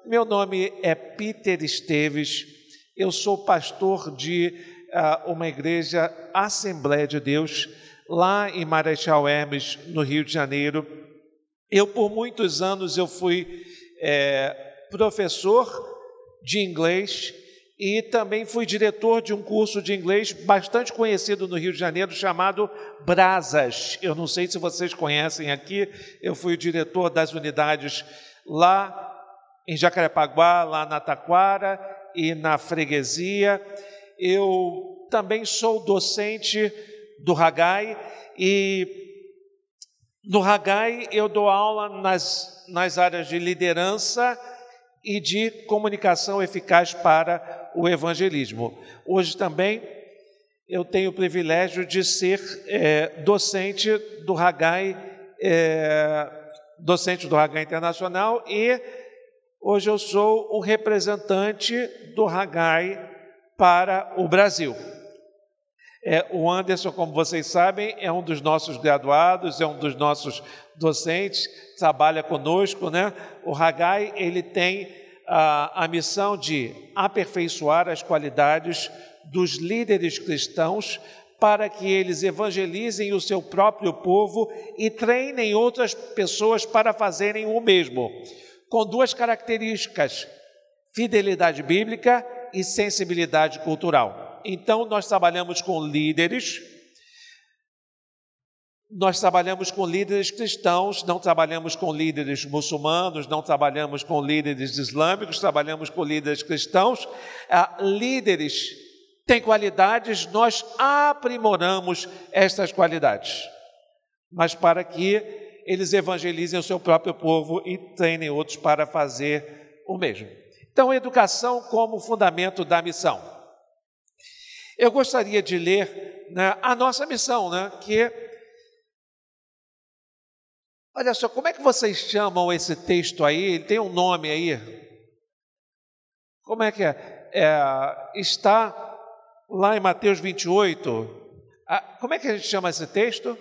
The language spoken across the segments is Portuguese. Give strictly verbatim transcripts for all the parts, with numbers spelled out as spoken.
Meu nome é Peter Esteves, eu sou pastor de uh, uma igreja Assembleia de Deus, lá em Marechal Hermes, no Rio de Janeiro. Eu, por muitos anos, eu fui é, professor de inglês e também fui diretor de um curso de inglês bastante conhecido no Rio de Janeiro, chamado Brasas. Eu não sei se vocês conhecem aqui, eu fui o diretor das unidades lá em Jacarepaguá, lá na Taquara e na Freguesia. Eu também sou docente do Ragai e no Ragai eu dou aula nas, nas áreas de liderança e de comunicação eficaz para o evangelismo. Hoje também eu tenho o privilégio de ser é, docente do Ragai, é, docente do Ragai Internacional, e hoje eu sou o representante do Ragai para o Brasil. É, o Anderson, como vocês sabem, é um dos nossos graduados, é um dos nossos docentes, trabalha conosco, né? O Ragai, ele tem a, a missão de aperfeiçoar as qualidades dos líderes cristãos para que eles evangelizem o seu próprio povo e treinem outras pessoas para fazerem o mesmo, com duas características: fidelidade bíblica e sensibilidade cultural. Então, nós trabalhamos com líderes, nós trabalhamos com líderes cristãos, não trabalhamos com líderes muçulmanos, não trabalhamos com líderes islâmicos, trabalhamos com líderes cristãos. Ah, líderes têm qualidades, nós aprimoramos estas qualidades, mas para que eles evangelizem o seu próprio povo e treinem outros para fazer o mesmo. Então, educação como fundamento da missão. Eu gostaria de ler, né, a nossa missão, né, que... Olha só, como é que vocês chamam esse texto aí? Ele tem um nome aí. Como é que é? é está lá em Mateus vinte e oito. Ah, como é que a gente chama esse texto?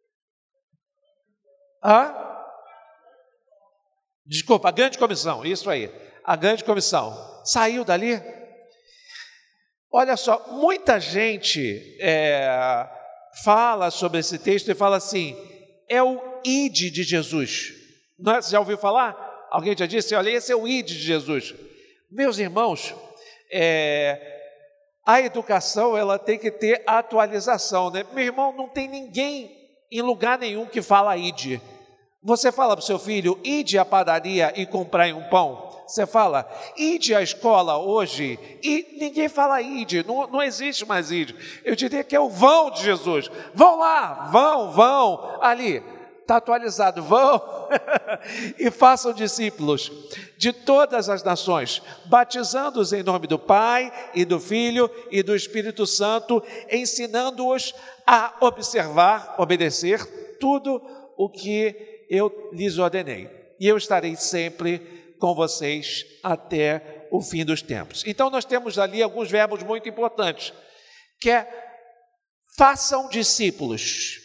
Ah? Desculpa, a grande comissão, isso aí. A grande comissão. Saiu dali? Olha só, muita gente é, fala sobre esse texto e fala assim, é o ide de Jesus. Não é? Você já ouviu falar? Alguém já disse, olha, esse é o ide de Jesus. Meus irmãos, é, a educação ela tem que ter atualização, né? Meu irmão, não tem ninguém em lugar nenhum que fala ide. Você fala para o seu filho, ide à padaria e comprar um pão. Você fala, ide à escola hoje, e ninguém fala ide, não, não existe mais ide. Eu diria que é o vão de Jesus. Vão lá, vão, vão, ali, está atualizado, vão e façam discípulos de todas as nações, batizando-os em nome do Pai e do Filho e do Espírito Santo, ensinando-os a observar, obedecer tudo o que eu lhes ordenei. E eu estarei sempre com vocês até o fim dos tempos. Então, nós temos ali alguns verbos muito importantes, que é façam discípulos.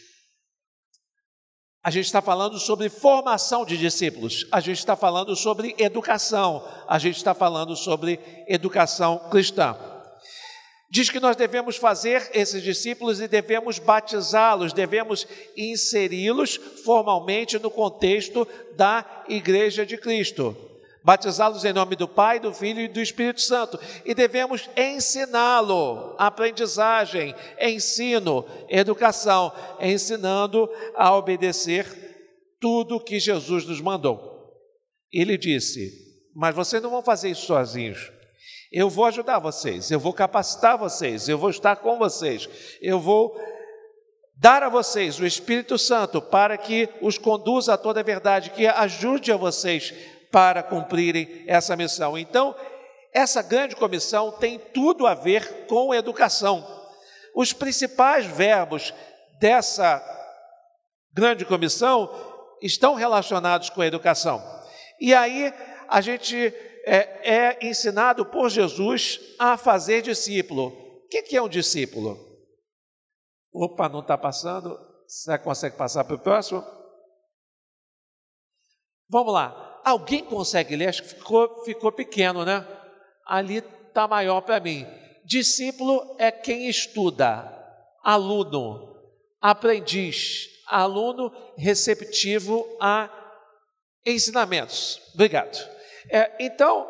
A gente está falando sobre formação de discípulos, a gente está falando sobre educação, a gente está falando sobre educação cristã. Diz que nós devemos fazer esses discípulos e devemos batizá-los, devemos inseri-los formalmente no contexto da Igreja de Cristo. Batizá-los em nome do Pai, do Filho e do Espírito Santo. E devemos ensiná-lo, aprendizagem, ensino, educação, ensinando a obedecer tudo que Jesus nos mandou. Ele disse, mas vocês não vão fazer isso sozinhos. Eu vou ajudar vocês, eu vou capacitar vocês, eu vou estar com vocês, eu vou dar a vocês o Espírito Santo para que os conduza a toda a verdade, que ajude a vocês para cumprirem essa missão. Então, essa grande comissão tem tudo a ver com educação. Os principais verbos dessa grande comissão estão relacionados com a educação. E aí, a gente é, é ensinado por Jesus a fazer discípulo. O que, que é um discípulo? Opa, não está passando? Você consegue passar para o próximo? Vamos lá. alguém consegue ler? Acho que ficou, ficou pequeno, né? Ali está maior para mim. Discípulo é quem estuda, aluno, aprendiz, aluno receptivo a ensinamentos. Obrigado. É, então,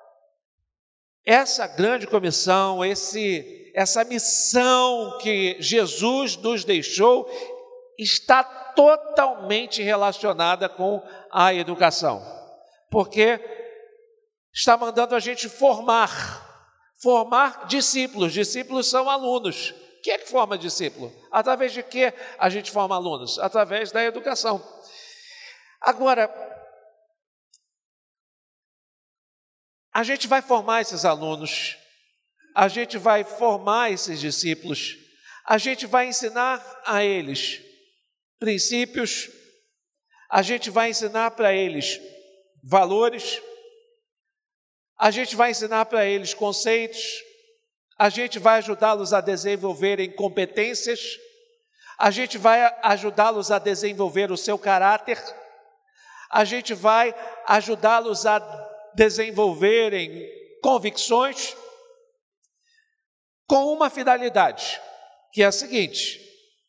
essa grande comissão, esse, essa missão que Jesus nos deixou, está totalmente relacionada com a educação, porque está mandando a gente formar, formar discípulos. Discípulos são alunos. O que é que forma discípulo? Através de que a gente forma alunos? Através da educação. Agora, a gente vai formar esses alunos, a gente vai formar esses discípulos, a gente vai ensinar a eles princípios, a gente vai ensinar para eles valores, a gente vai ensinar para eles conceitos, a gente vai ajudá-los a desenvolverem competências, a gente vai ajudá-los a desenvolver o seu caráter, a gente vai ajudá-los a desenvolverem convicções, com uma finalidade, que é a seguinte: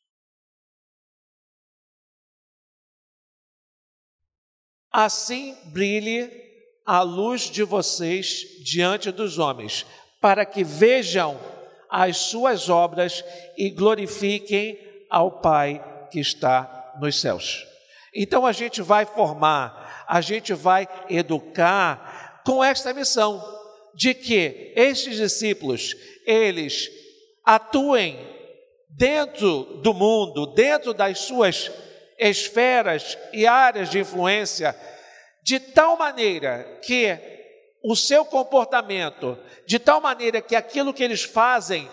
assim brilhe a luz de vocês diante dos homens, para que vejam as suas obras e glorifiquem ao Pai que está nos céus. Então a gente vai formar, a gente vai educar com esta missão de que estes discípulos, eles atuem dentro do mundo, dentro das suas esferas e áreas de influência, de tal maneira que o seu comportamento, de tal maneira que aquilo que eles fazem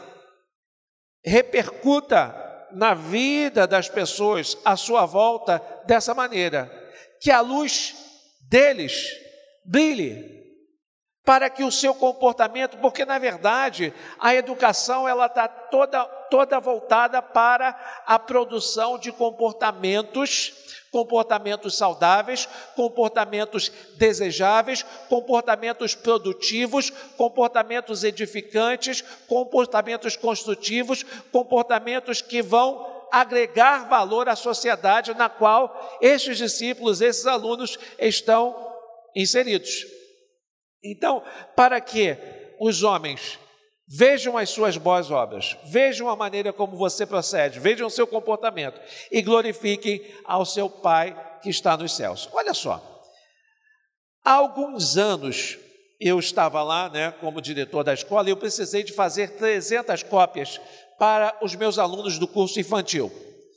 repercuta na vida das pessoas à sua volta dessa maneira, que a luz deles brilhe, para que o seu comportamento, porque na verdade a educação ela está toda, toda voltada para a produção de comportamentos, comportamentos saudáveis, comportamentos desejáveis, comportamentos produtivos, comportamentos edificantes, comportamentos construtivos, comportamentos que vão agregar valor à sociedade na qual estes discípulos, esses alunos estão inseridos. Então, para que os homens vejam as suas boas obras, vejam a maneira como você procede, vejam o seu comportamento e glorifiquem ao seu Pai que está nos céus. Olha só, há alguns anos eu estava lá, né, como diretor da escola, e eu precisei de fazer trezentas cópias para os meus alunos do curso infantil.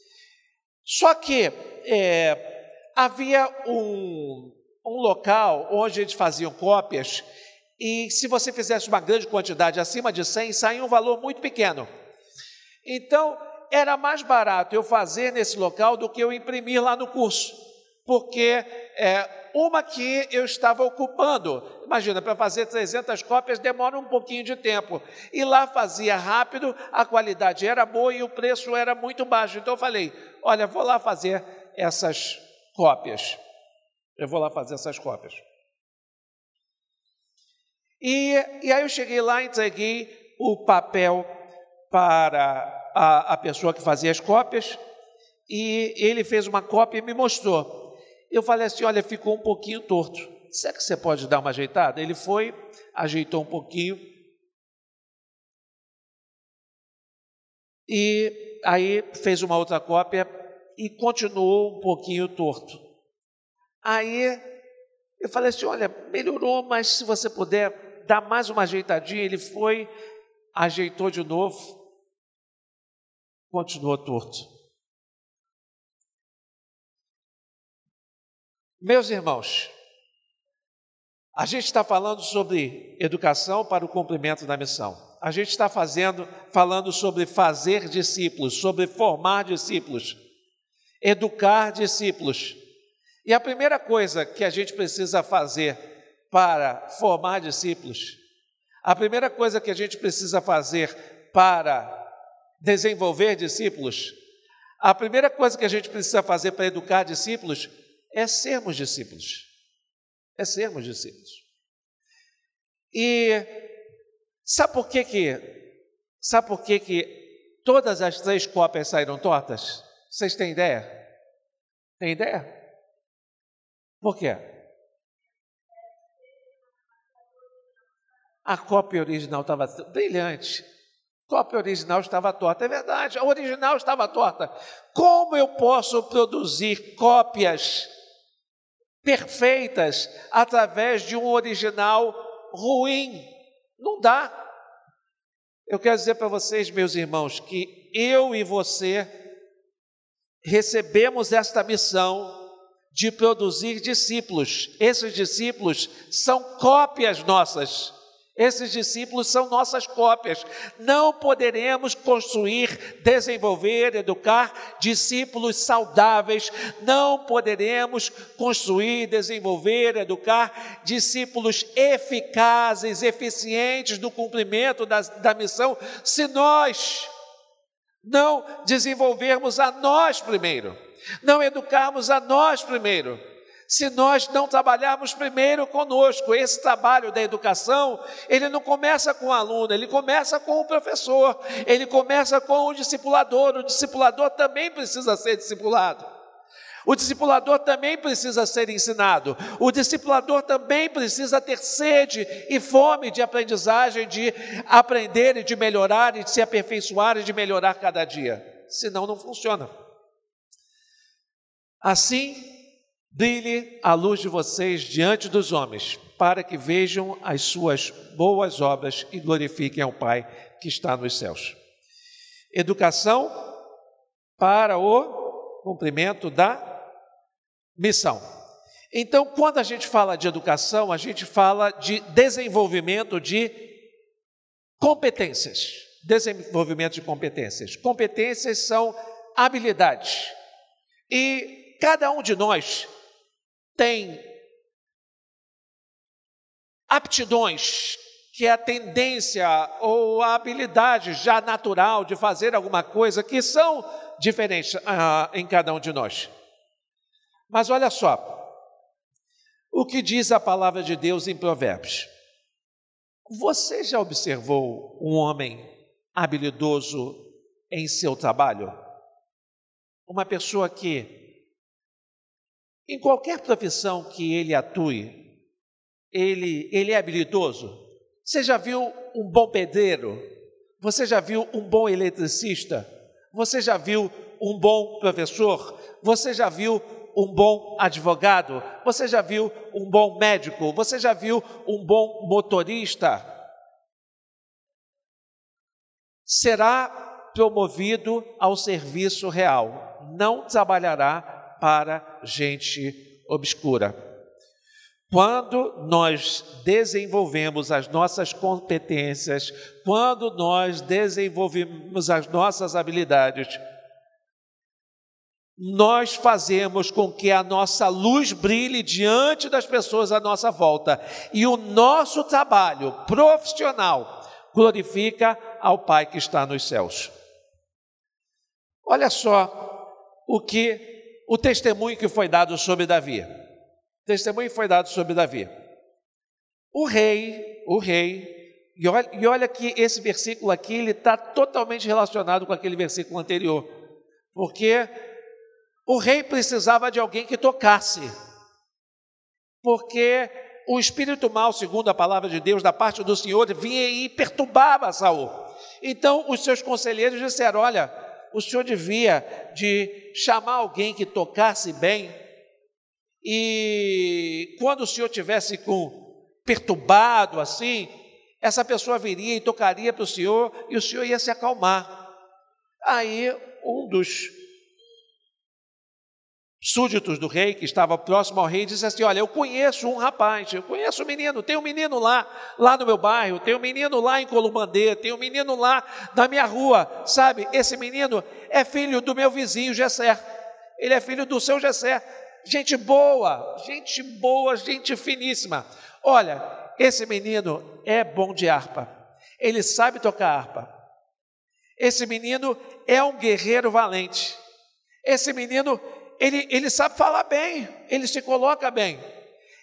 Só que é, havia um... um local onde eles faziam cópias, e se você fizesse uma grande quantidade, acima de cem, saía um valor muito pequeno. Então, era mais barato eu fazer nesse local do que eu imprimir lá no curso, porque é, uma que eu estava ocupando, imagina, para fazer trezentas cópias demora um pouquinho de tempo, e lá fazia rápido, a qualidade era boa e o preço era muito baixo. Então eu falei, olha, vou lá fazer essas cópias. Eu vou lá fazer essas cópias. E, e aí eu cheguei lá, entreguei o papel para a, a pessoa que fazia as cópias, e ele fez uma cópia e me mostrou. Eu falei assim, olha, ficou um pouquinho torto. Será que você pode dar uma ajeitada? Ele foi, ajeitou um pouquinho. E aí fez uma outra cópia e continuou um pouquinho torto. Aí eu falei assim, olha, melhorou, mas se você puder dar mais uma ajeitadinha. Ele foi, ajeitou de novo, continuou torto. Meus irmãos, a gente está falando sobre educação para o cumprimento da missão. A gente está fazendo, falando sobre fazer discípulos, sobre formar discípulos, educar discípulos. E a primeira coisa que a gente precisa fazer para formar discípulos, a primeira coisa que a gente precisa fazer para desenvolver discípulos, a primeira coisa que a gente precisa fazer para educar discípulos é sermos discípulos. é sermos discípulos. E sabe por que que, sabe por que que todas as três cópias saíram tortas? Vocês têm ideia? Tem ideia? Por quê? A cópia original estava brilhante. A cópia original estava torta. É verdade, a original estava torta. Como eu posso produzir cópias perfeitas através de um original ruim? Não dá. Eu quero dizer para vocês, meus irmãos, que eu e você recebemos esta missão de produzir discípulos. Esses discípulos são cópias nossas. Esses discípulos são nossas cópias. Não poderemos construir, desenvolver, educar discípulos saudáveis. Não poderemos construir, desenvolver, educar discípulos eficazes, eficientes no cumprimento da, da missão, se nós não desenvolvermos a nós primeiro, não educarmos a nós primeiro. Se nós não trabalharmos primeiro conosco. Esse trabalho da educação, ele não começa com o aluno, ele começa com o professor, ele começa com o discipulador. O discipulador também precisa ser discipulado. O discipulador também precisa ser ensinado. O discipulador também precisa ter sede e fome de aprendizagem, de aprender e de melhorar, e de se aperfeiçoar e de melhorar cada dia. Senão não funciona. Assim, brilhe a luz de vocês diante dos homens, para que vejam as suas boas obras e glorifiquem ao Pai que está nos céus. Educação para o cumprimento da missão. Então, quando a gente fala de educação, a gente fala de desenvolvimento de competências. Desenvolvimento de competências. Competências são habilidades. E cada um de nós tem aptidões, que é a tendência ou a habilidade já natural de fazer alguma coisa, que são diferentes ah, em cada um de nós. Mas olha só, o que diz a palavra de Deus em Provérbios. Você já observou um homem habilidoso em seu trabalho? Uma pessoa que, em qualquer profissão que ele atue, ele, ele é habilidoso. Você já viu um bom pedreiro? Você já viu um bom eletricista? Você já viu um bom professor? Você já viu um bom advogado? Você já viu um bom médico? Você já viu um bom motorista? Será promovido ao serviço real. Não trabalhará para gente obscura. Quando nós desenvolvemos as nossas competências, quando nós desenvolvemos as nossas habilidades, nós fazemos com que a nossa luz brilhe diante das pessoas à nossa volta, e o nosso trabalho profissional glorifica ao Pai que está nos céus. Olha só o que o testemunho que foi dado sobre Davi. O testemunho foi dado sobre Davi. O rei, o rei, e olha, e olha que esse versículo aqui, ele está totalmente relacionado com aquele versículo anterior, porque o rei precisava de alguém que tocasse, porque o espírito mau, segundo a palavra de Deus, da parte do Senhor, vinha e perturbava Saul. Então os seus conselheiros disseram: olha, o senhor devia de chamar alguém que tocasse bem, e quando o senhor tivesse com perturbado assim, essa pessoa viria e tocaria para o senhor, e o senhor ia se acalmar. Aí um dos súditos do rei, que estava próximo ao rei, disse assim: olha, eu conheço um rapaz, eu conheço um menino, tem um menino lá, lá no meu bairro, tem um menino lá em Columbandê, tem um menino lá na minha rua, sabe, esse menino é filho do meu vizinho Jessé, ele é filho do seu Jessé, gente boa, gente boa, gente finíssima. Olha, esse menino é bom de harpa, ele sabe tocar harpa, esse menino é um guerreiro valente, esse menino Ele, ele sabe falar bem, ele se coloca bem.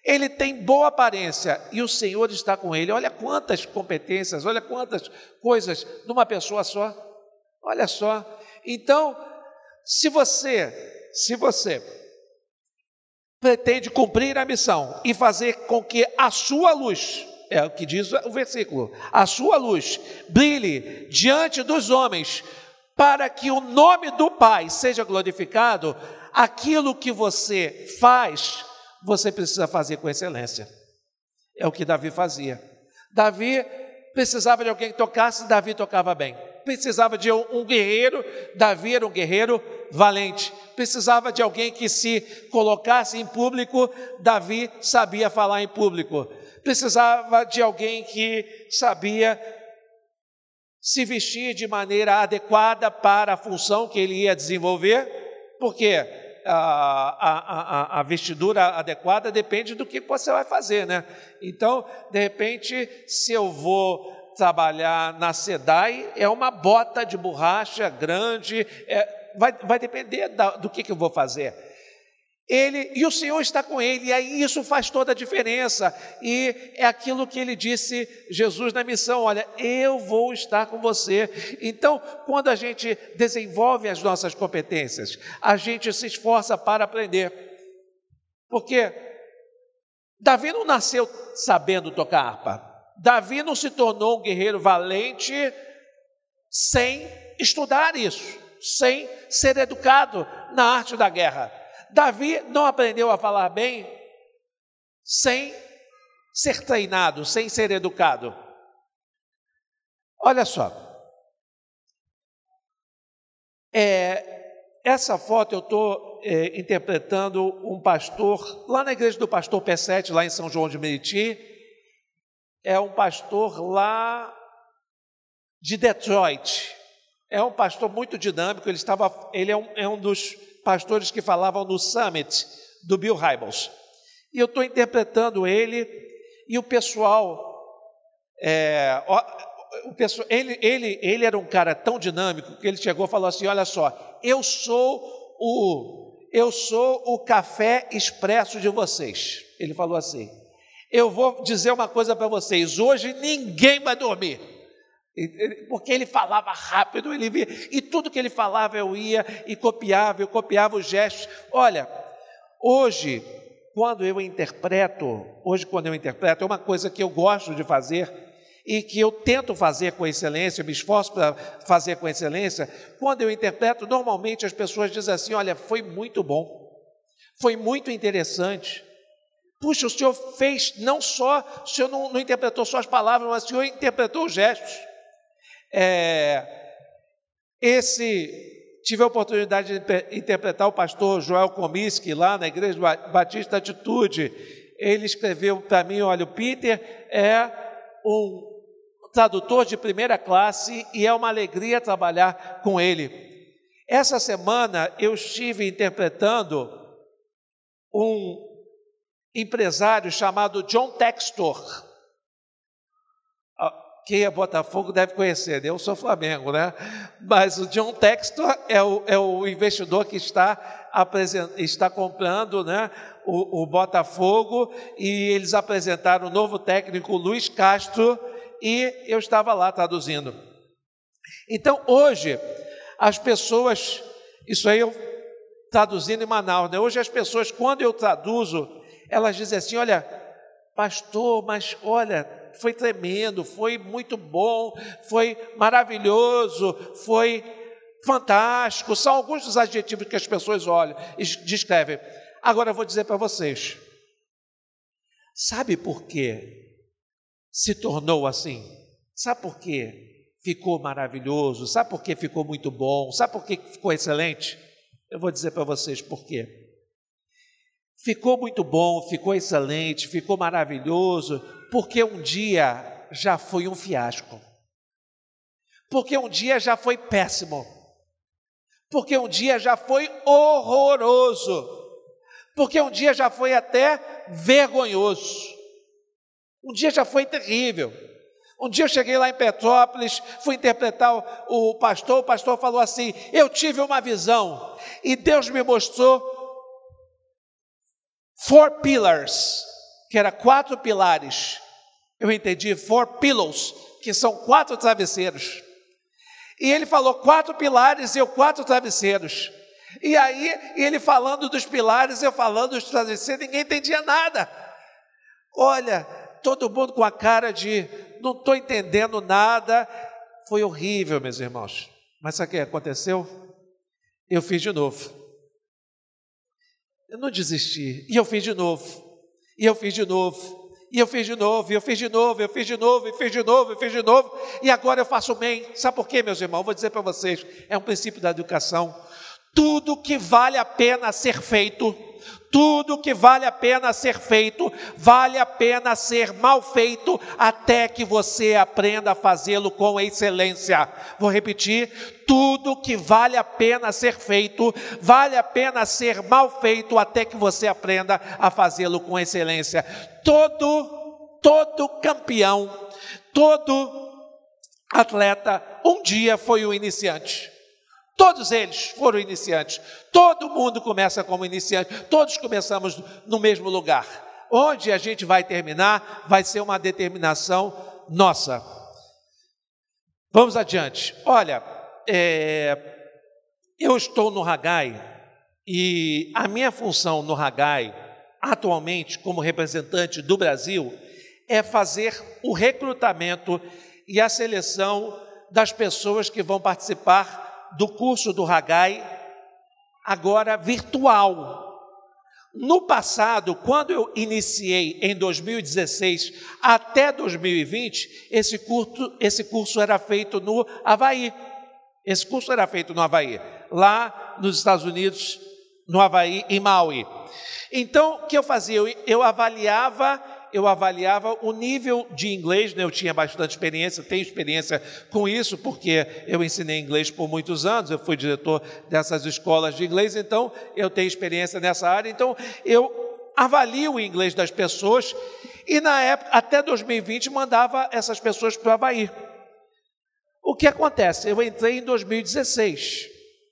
Ele tem boa aparência e o Senhor está com ele. Olha quantas competências, olha quantas coisas numa pessoa só. Olha só. Então, se você, se você pretende cumprir a missão e fazer com que a sua luz, é o que diz o versículo, a sua luz brilhe diante dos homens, para que o nome do Pai seja glorificado, aquilo que você faz, você precisa fazer com excelência. É o que Davi fazia. Davi precisava de alguém que tocasse, Davi tocava bem. Precisava de um guerreiro, Davi era um guerreiro valente. Precisava de alguém que se colocasse em público, Davi sabia falar em público. Precisava de alguém que sabia se vestir de maneira adequada para a função que ele ia desenvolver, porque a, a, a, a vestidura adequada depende do que você vai fazer, né? Então, de repente, se eu vou trabalhar na SEDAI, é uma bota de borracha grande, é, vai, vai depender da, do que, que eu vou fazer. Ele, e o Senhor está com ele, e aí isso faz toda a diferença, e é aquilo que ele disse, Jesus na missão, olha, eu vou estar com você. Então, quando a gente desenvolve as nossas competências, a gente se esforça para aprender, porque Davi não nasceu sabendo tocar harpa, Davi não se tornou um guerreiro valente sem estudar isso, sem ser educado na arte da guerra. Davi não aprendeu a falar bem sem ser treinado, sem ser educado. Olha só, é, essa foto eu estou é, interpretando um pastor, lá na igreja do pastor P sete, lá em São João de Meriti, é um pastor lá de Detroit, é um pastor muito dinâmico, ele, estava, ele é, um, é um dos pastores que falavam no Summit do Bill Hybels, e eu estou interpretando ele, e o pessoal, é, o pessoal ele, ele, ele era um cara tão dinâmico, que ele chegou e falou assim, olha só, eu sou o, eu sou o café expresso de vocês, ele falou assim, eu vou dizer uma coisa para vocês, hoje ninguém vai dormir, porque ele falava rápido, ele via, e tudo que ele falava eu ia e copiava, eu copiava os gestos. Olha, hoje, quando eu interpreto, hoje quando eu interpreto, é uma coisa que eu gosto de fazer e que eu tento fazer com excelência, eu me esforço para fazer com excelência. Quando eu interpreto, normalmente as pessoas dizem assim, olha, foi muito bom, foi muito interessante. Puxa, o senhor fez, não só, o senhor não, não interpretou só as palavras, mas o senhor interpretou os gestos. É, esse, tive a oportunidade de interpretar o pastor Joel Comiskey lá na Igreja Batista Atitude. Ele escreveu para mim, olha, o Peter é um tradutor de primeira classe e é uma alegria trabalhar com ele. Essa semana eu estive interpretando um empresário chamado John Textor. Quem é Botafogo deve conhecer, né? Eu sou Flamengo, né? Mas o John Textor é o, é o investidor que está, está comprando, né, o, o Botafogo, e eles apresentaram o novo técnico, Luiz Castro, e eu estava lá traduzindo. Então, hoje, as pessoas, isso aí eu traduzindo em Manaus, né? Hoje as pessoas, quando eu traduzo, elas dizem assim, olha, pastor, mas olha, foi tremendo, foi muito bom, foi maravilhoso, foi fantástico. São alguns dos adjetivos que as pessoas olham e descrevem. Agora eu vou dizer para vocês, sabe por que se tornou assim? Sabe por que ficou maravilhoso? Sabe por que ficou muito bom? Sabe por que ficou excelente? Eu vou dizer para vocês por quê. Ficou muito bom, ficou excelente, ficou maravilhoso, porque um dia já foi um fiasco, porque um dia já foi péssimo, porque um dia já foi horroroso, porque um dia já foi até vergonhoso, um dia já foi terrível. Um dia eu cheguei lá em Petrópolis, fui interpretar o, o pastor, o pastor falou assim, eu tive uma visão, e Deus me mostrou four pillars, que era quatro pilares. Eu entendi four pillows, que são quatro travesseiros. E ele falou quatro pilares e eu quatro travesseiros. E aí, ele falando dos pilares, eu falando dos travesseiros, ninguém entendia nada. Olha, todo mundo com a cara de não estou entendendo nada. Foi horrível, meus irmãos. Mas sabe o que aconteceu? Eu fiz de novo. Eu não desisti. E eu fiz de novo. E eu fiz de novo. E eu fiz de novo, e eu fiz de novo, eu fiz de novo, e fiz de novo, e fiz de novo, e agora eu faço bem. Sabe por quê, meus irmãos? Vou dizer para vocês, é um princípio da educação. Tudo que vale a pena ser feito, tudo que vale a pena ser feito, vale a pena ser mal feito, até que você aprenda a fazê-lo com excelência. Vou repetir, tudo que vale a pena ser feito, vale a pena ser mal feito, até que você aprenda a fazê-lo com excelência. Todo, todo campeão, todo atleta, um dia foi um iniciante. Todos eles foram iniciantes. Todo mundo começa como iniciante. Todos começamos no mesmo lugar. Onde a gente vai terminar, vai ser uma determinação nossa. Vamos adiante. Olha, é, eu estou no Haggai e a minha função no Haggai, atualmente, como representante do Brasil, é fazer o recrutamento e a seleção das pessoas que vão participar do curso do Haggai, agora virtual. No passado, quando eu iniciei em dois mil e dezesseis até dois mil e vinte, esse curso, esse curso era feito no Havaí. Esse curso era feito no Havaí, lá nos Estados Unidos, no Havaí, em Maui. Então, o que eu fazia? Eu, eu avaliava, eu avaliava o nível de inglês, né? Eu tinha bastante experiência, tenho experiência com isso, porque eu ensinei inglês por muitos anos, eu fui diretor dessas escolas de inglês, então eu tenho experiência nessa área, então eu avalio o inglês das pessoas, e na época, até dois mil e vinte, mandava essas pessoas para o Havaí. O que acontece? Eu entrei em dois mil e dezesseis,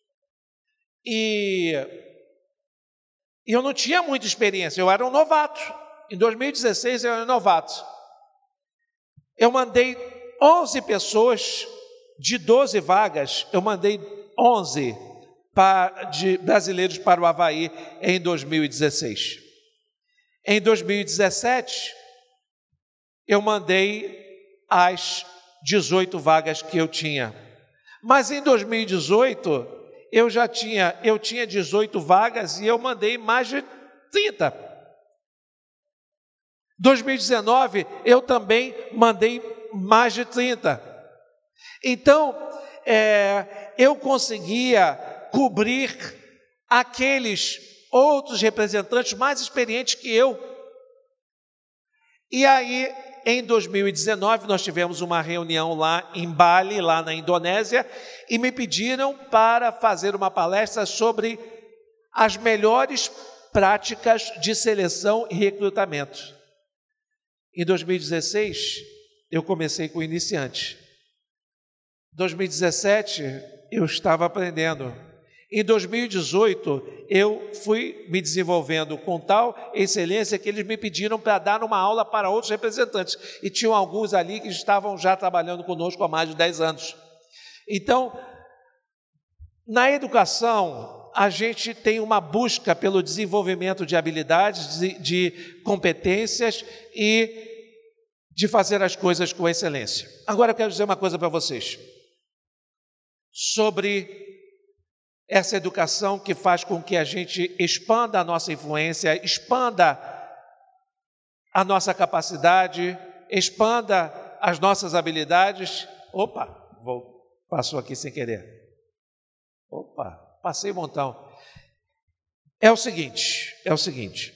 e eu não tinha muita experiência, eu era um novato. Em dois mil e dezesseis eu era um novato. Eu mandei onze pessoas, de doze vagas, eu mandei onze para, de brasileiros para o Havaí em dois mil e dezesseis. Em dois mil e dezessete, eu mandei as dezoito vagas que eu tinha. Mas em dois mil e dezoito, eu já tinha, eu tinha dezoito vagas e eu mandei mais de trinta. dois mil e dezenove, eu também mandei mais de trinta. Então, é, eu conseguia cobrir aqueles outros representantes mais experientes que eu. E aí, em dois mil e dezenove, nós tivemos uma reunião lá em Bali, lá na Indonésia, e me pediram para fazer uma palestra sobre as melhores práticas de seleção e recrutamento. Em dois mil e dezesseis, eu comecei com iniciante. Em dois mil e dezessete, eu estava aprendendo. Em dois mil e dezoito, eu fui me desenvolvendo com tal excelência que eles me pediram para dar uma aula para outros representantes. E tinham alguns ali que estavam já trabalhando conosco há mais de dez anos. Então, na educação, a gente tem uma busca pelo desenvolvimento de habilidades, de, de competências e de fazer as coisas com excelência. Agora eu quero dizer uma coisa para vocês sobre essa educação que faz com que a gente expanda a nossa influência, expanda a nossa capacidade, expanda as nossas habilidades. Opa, vou, passou aqui sem querer. Opa, passei um montão. É o seguinte, é o seguinte.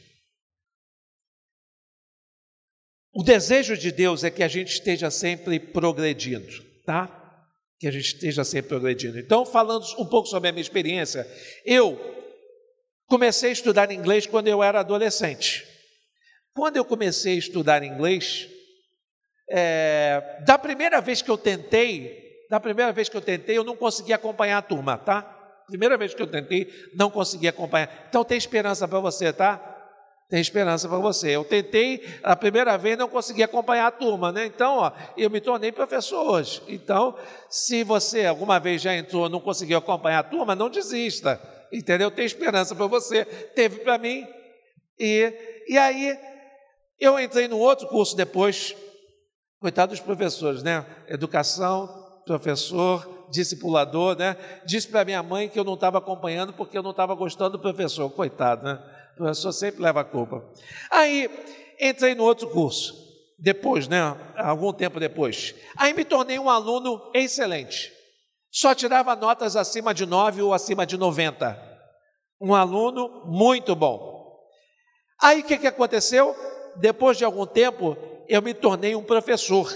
O desejo de Deus é que a gente esteja sempre progredindo, tá? Que a gente esteja sempre progredindo. Então, falando um pouco sobre a minha experiência, eu comecei a estudar inglês quando eu era adolescente. Quando eu comecei a estudar inglês, é, da primeira vez que eu tentei, da primeira vez que eu tentei, eu não consegui acompanhar a turma, tá? Primeira vez que eu tentei, não consegui acompanhar. Então, tem esperança para você, tá? tem esperança para você. Eu tentei, a primeira vez não consegui acompanhar a turma, né? Então, ó, eu me tornei professor hoje. Então, se você alguma vez já entrou e não conseguiu acompanhar a turma, não desista, entendeu? Tem esperança para você, teve para mim. E, e aí, eu entrei no outro curso depois, coitado dos professores, né? Educação, professor, discipulador, né? Disse para minha mãe que eu não estava acompanhando porque eu não estava gostando do professor, coitado, né? O professor sempre leva a culpa. Aí, entrei no outro curso, depois, né? Algum tempo depois. Aí me tornei um aluno excelente. Só tirava notas acima de nove ou acima de noventa. Um aluno muito bom. Aí, o que, que aconteceu? Depois de algum tempo, eu me tornei um professor.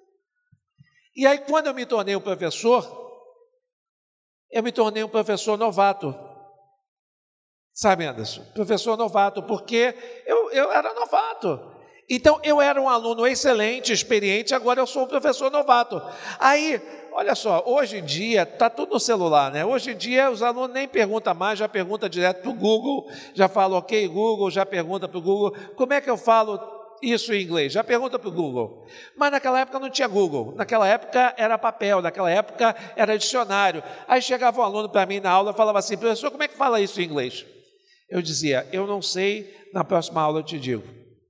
E aí, quando eu me tornei um professor, eu me tornei um professor novato. Sabe, Anderson? Professor novato, porque eu, eu era novato. Então, eu era um aluno excelente, experiente, agora eu sou um professor novato. Aí, olha só, hoje em dia, está tudo no celular, né? Hoje em dia, os alunos nem perguntam mais, já perguntam direto para o Google, já falam, ok, Google, já pergunta para o Google, como é que eu falo isso em inglês? Já pergunta para o Google. Mas naquela época não tinha Google, naquela época era papel, naquela época era dicionário. Aí chegava um aluno para mim na aula e falava assim, professor, como é que fala isso em inglês? Eu dizia, eu não sei, na próxima aula eu te digo.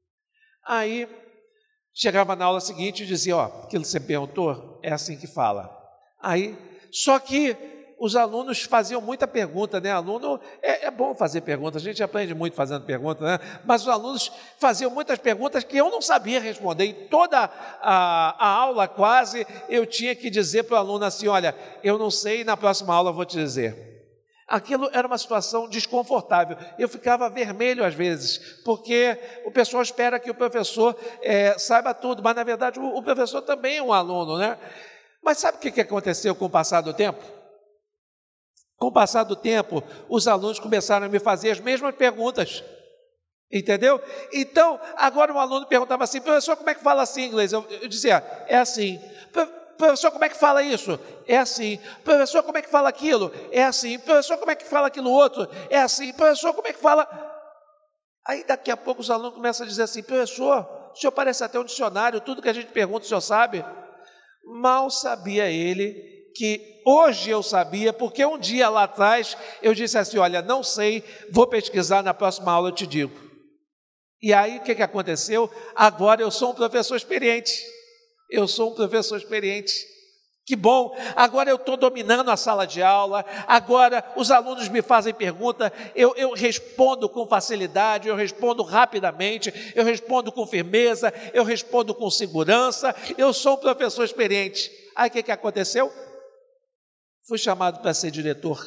Aí, chegava na aula seguinte e dizia, ó, aquilo que você perguntou, é assim que fala. Aí, só que os alunos faziam muita pergunta, né? Aluno, é, é bom fazer perguntas, a gente aprende muito fazendo perguntas, né? Mas os alunos faziam muitas perguntas que eu não sabia responder. E toda a, a aula quase, eu tinha que dizer para o aluno assim, olha, eu não sei, na próxima aula eu vou te dizer. Aquilo era uma situação desconfortável. Eu ficava vermelho às vezes, porque o pessoal espera que o professor é, saiba tudo, mas na verdade o, o professor também é um aluno, né? Mas sabe o que, que aconteceu com o passar do tempo? Com o passar do tempo, os alunos começaram a me fazer as mesmas perguntas, entendeu? Então, agora um aluno perguntava assim, professor, como é que fala assim em inglês? Eu, eu dizia, é assim. Professor, como é que fala isso? É assim. Professor, como é que fala aquilo? É assim. Professor, como é que fala aquilo outro? É assim. Professor, como é que fala... Aí daqui a pouco os alunos começam a dizer assim, professor, o senhor parece até um dicionário, tudo que a gente pergunta o senhor sabe? Mal sabia ele que hoje eu sabia, porque um dia lá atrás eu disse assim, olha, não sei, vou pesquisar, na próxima aula eu te digo. E aí o que, que aconteceu? Agora eu sou um professor experiente. Eu sou um professor experiente. Que bom, agora eu estou dominando a sala de aula, agora os alunos me fazem pergunta, eu, eu respondo com facilidade, eu respondo rapidamente, eu respondo com firmeza, eu respondo com segurança, eu sou um professor experiente. Aí o que, que aconteceu? Fui chamado para ser diretor.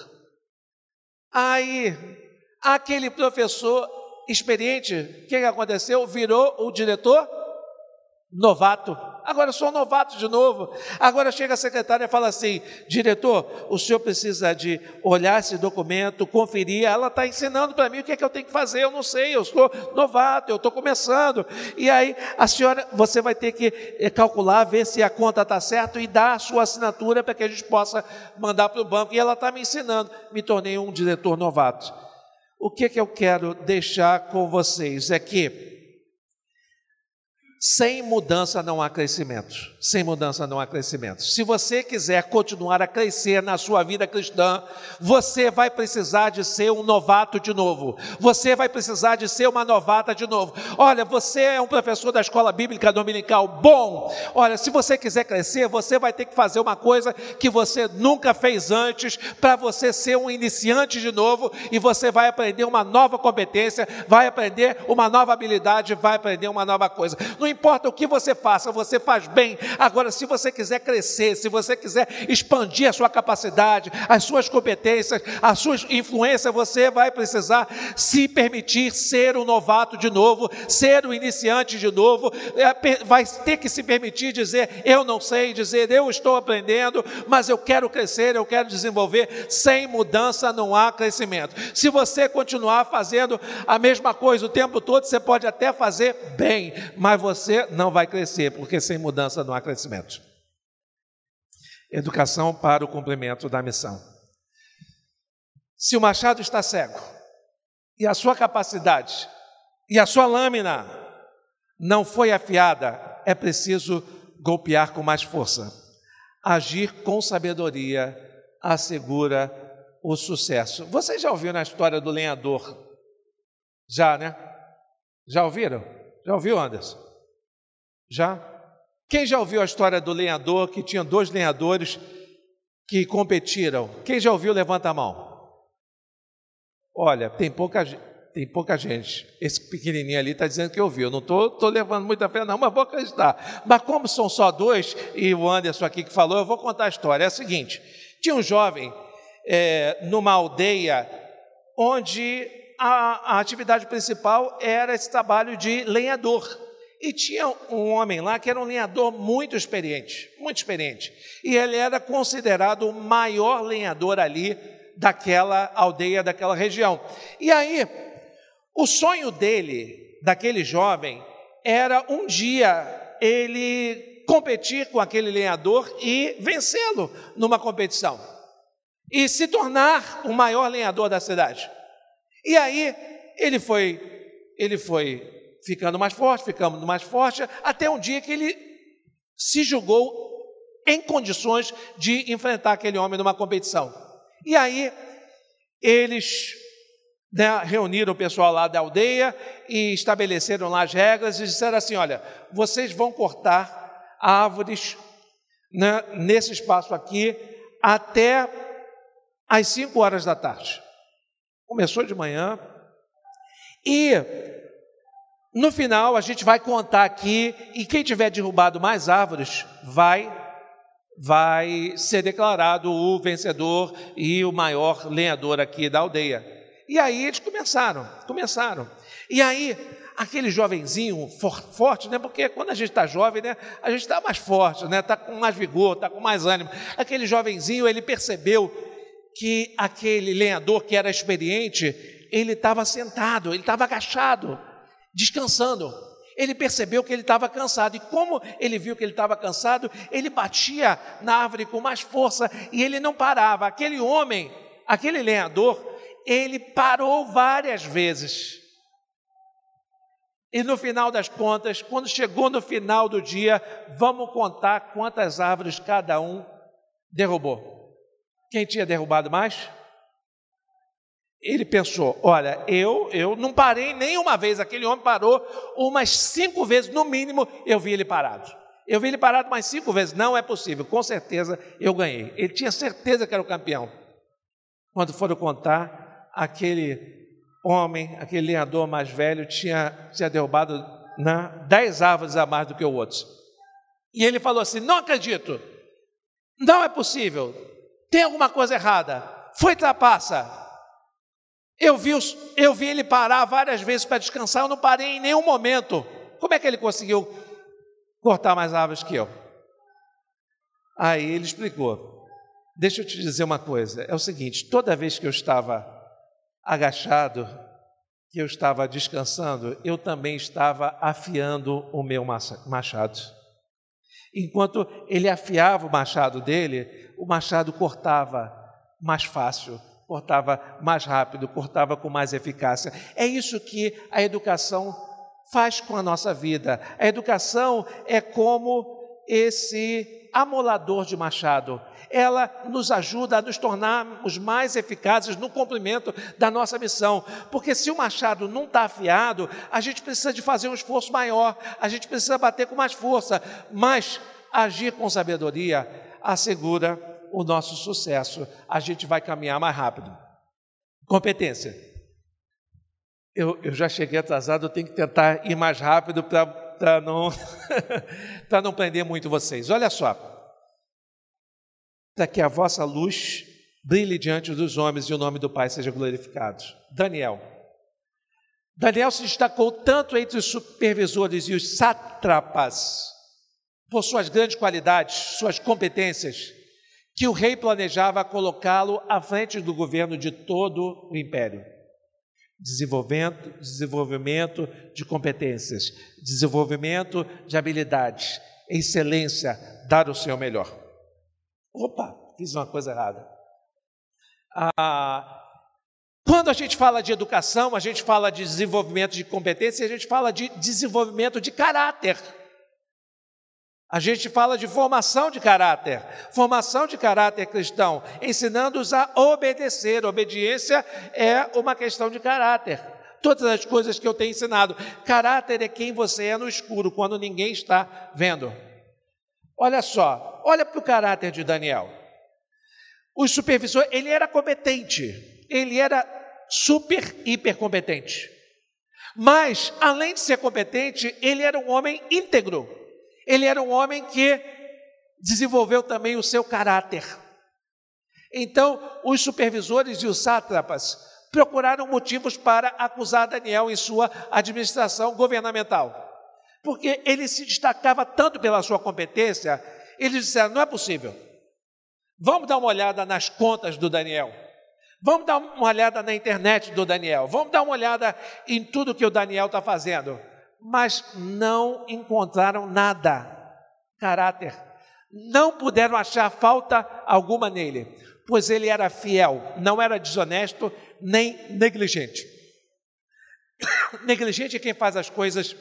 Aí, aquele professor experiente, o que, que aconteceu? Virou o diretor novato. Agora eu sou um novato de novo. Agora chega a secretária e fala assim, diretor, o senhor precisa de olhar esse documento, conferir, ela está ensinando para mim o que é que eu tenho que fazer, eu não sei, eu sou novato, eu estou começando. E aí a senhora, você vai ter que calcular, ver se a conta está certa e dar a sua assinatura para que a gente possa mandar para o banco. E ela está me ensinando, me tornei um diretor novato. O que é que eu quero deixar com vocês é que sem mudança não há crescimento. Sem mudança não há crescimento. Se você quiser continuar a crescer na sua vida cristã, você vai precisar de ser um novato de novo. Você vai precisar de ser uma novata de novo. Olha, você é um professor da escola bíblica dominical bom. Olha, se você quiser crescer, você vai ter que fazer uma coisa que você nunca fez antes, para você ser um iniciante de novo, e você vai aprender uma nova competência, vai aprender uma nova habilidade, vai aprender uma nova coisa. Não importa o que você faça, você faz bem. Agora, se você quiser crescer, se você quiser expandir a sua capacidade, as suas competências, a sua influência, você vai precisar se permitir ser um novato de novo, ser um iniciante de novo, vai ter que se permitir dizer, eu não sei, dizer, eu estou aprendendo, mas eu quero crescer, eu quero desenvolver. Sem mudança não há crescimento. Se você continuar fazendo a mesma coisa o tempo todo, você pode até fazer bem, mas você Você não vai crescer, porque sem mudança não há crescimento. Educação para o cumprimento da missão. Se o machado está cego e a sua capacidade e a sua lâmina não foi afiada, é preciso golpear com mais força. Agir com sabedoria assegura o sucesso. Vocês já ouviram a história do lenhador? Já, né? Já ouviram? Já ouviu, Anderson? Já? Quem já ouviu a história do lenhador, que tinha dois lenhadores que competiram? Quem já ouviu, levanta a mão. Olha, tem pouca, tem pouca gente. Esse pequenininho ali está dizendo que ouviu. Eu não estou tô, tô levando muita fé não, mas vou acreditar. Mas como são só dois, e o Anderson aqui que falou, eu vou contar a história. É a seguinte, tinha um jovem é, numa aldeia onde a, a atividade principal era esse trabalho de lenhador. E tinha um homem lá que era um lenhador muito experiente, muito experiente. E ele era considerado o maior lenhador ali daquela aldeia, daquela região. E aí, o sonho dele, daquele jovem, era um dia ele competir com aquele lenhador e vencê-lo numa competição. E se tornar o maior lenhador da cidade. E aí, ele foi, ele foi ficando mais forte, ficando mais forte, até um dia que ele se julgou em condições de enfrentar aquele homem numa competição. E aí, eles, né, reuniram o pessoal lá da aldeia e estabeleceram lá as regras e disseram assim, olha, vocês vão cortar árvores, né, nesse espaço aqui até às cinco horas da tarde. Começou de manhã e no final a gente vai contar aqui e quem tiver derrubado mais árvores vai, vai ser declarado o vencedor e o maior lenhador aqui da aldeia. E aí eles começaram, começaram. E aí aquele jovenzinho for, forte, né? Porque quando a gente está jovem, né? A gente está mais forte, né? Está com mais vigor, está com mais ânimo. Aquele jovenzinho, ele percebeu que aquele lenhador que era experiente, ele estava sentado, ele estava agachado, descansando. Ele percebeu que ele estava cansado, e como ele viu que ele estava cansado, ele batia na árvore com mais força, e ele não parava. Aquele homem, aquele lenhador, ele parou várias vezes. E no final das contas, quando chegou no final do dia, vamos contar quantas árvores cada um derrubou. Quem tinha derrubado mais? Ele pensou, olha, eu, eu não parei nenhuma vez, aquele homem parou umas cinco vezes, no mínimo, eu vi ele parado. Eu vi ele parado mais cinco vezes, não é possível, com certeza eu ganhei. Ele tinha certeza que era o campeão. Quando foram contar, aquele homem, aquele lenhador mais velho, tinha, tinha derrubado, né, dez árvores a mais do que o outro. E ele falou assim, não acredito, não é possível, tem alguma coisa errada, foi trapaça. Eu vi, os, eu vi ele parar várias vezes para descansar, eu não parei em nenhum momento. Como é que ele conseguiu cortar mais árvores que eu? Aí ele explicou. Deixa eu te dizer uma coisa, é o seguinte, toda vez que eu estava agachado, que eu estava descansando, eu também estava afiando o meu machado. Enquanto ele afiava o machado dele, o machado cortava mais fácil, cortava mais rápido, cortava com mais eficácia. É isso que a educação faz com a nossa vida. A educação é como esse amolador de machado. Ela nos ajuda a nos tornarmos mais eficazes no cumprimento da nossa missão. Porque se o machado não está afiado, a gente precisa de fazer um esforço maior, a gente precisa bater com mais força, mas agir com sabedoria assegura o nosso sucesso, a gente vai caminhar mais rápido. Competência. Eu, eu já cheguei atrasado, eu tenho que tentar ir mais rápido para não, para não prender muito vocês. Olha só. Para que a vossa luz brilhe diante dos homens e o nome do Pai seja glorificado. Daniel. Daniel se destacou tanto entre os supervisores e os sátrapas por suas grandes qualidades, suas competências, que o rei planejava colocá-lo à frente do governo de todo o império. Desenvolvimento, desenvolvimento de competências, desenvolvimento de habilidades, excelência, dar o seu melhor. Opa, fiz uma coisa errada. Ah, Quando a gente fala de educação, a gente fala de desenvolvimento de competência, a gente fala de desenvolvimento de caráter. A gente fala de formação de caráter, formação de caráter cristão, ensinando-os a obedecer. Obediência é uma questão de caráter. Todas as coisas que eu tenho ensinado. Caráter é quem você é no escuro, quando ninguém está vendo. Olha só, olha para o caráter de Daniel. O supervisor, ele era competente, ele era super, hiper competente. Mas, além de ser competente, ele era um homem íntegro. Ele era um homem que desenvolveu também o seu caráter. Então, os supervisores e os sátrapas procuraram motivos para acusar Daniel em sua administração governamental. Porque ele se destacava tanto pela sua competência, eles disseram, não é possível. Vamos dar uma olhada nas contas do Daniel. Vamos dar uma olhada na internet do Daniel. Vamos dar uma olhada em tudo que o Daniel está fazendo. Mas não encontraram nada, caráter. Não puderam achar falta alguma nele, pois ele era fiel, não era desonesto, nem negligente. Negligente é quem faz as coisas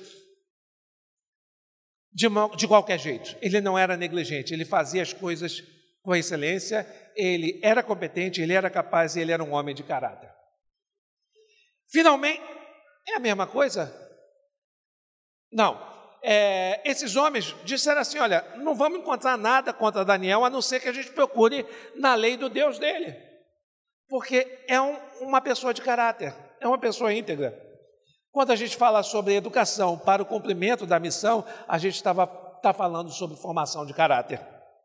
de, de qualquer jeito. Ele não era negligente, ele fazia as coisas com excelência, ele era competente, ele era capaz e ele era um homem de caráter. Finalmente, é a mesma coisa? Não, é, esses homens disseram assim, olha, não vamos encontrar nada contra Daniel, a não ser que a gente procure na lei do Deus dele, porque é um, uma pessoa de caráter, é uma pessoa íntegra. Quando a gente fala sobre educação para o cumprimento da missão, a gente estava tá falando sobre formação de caráter.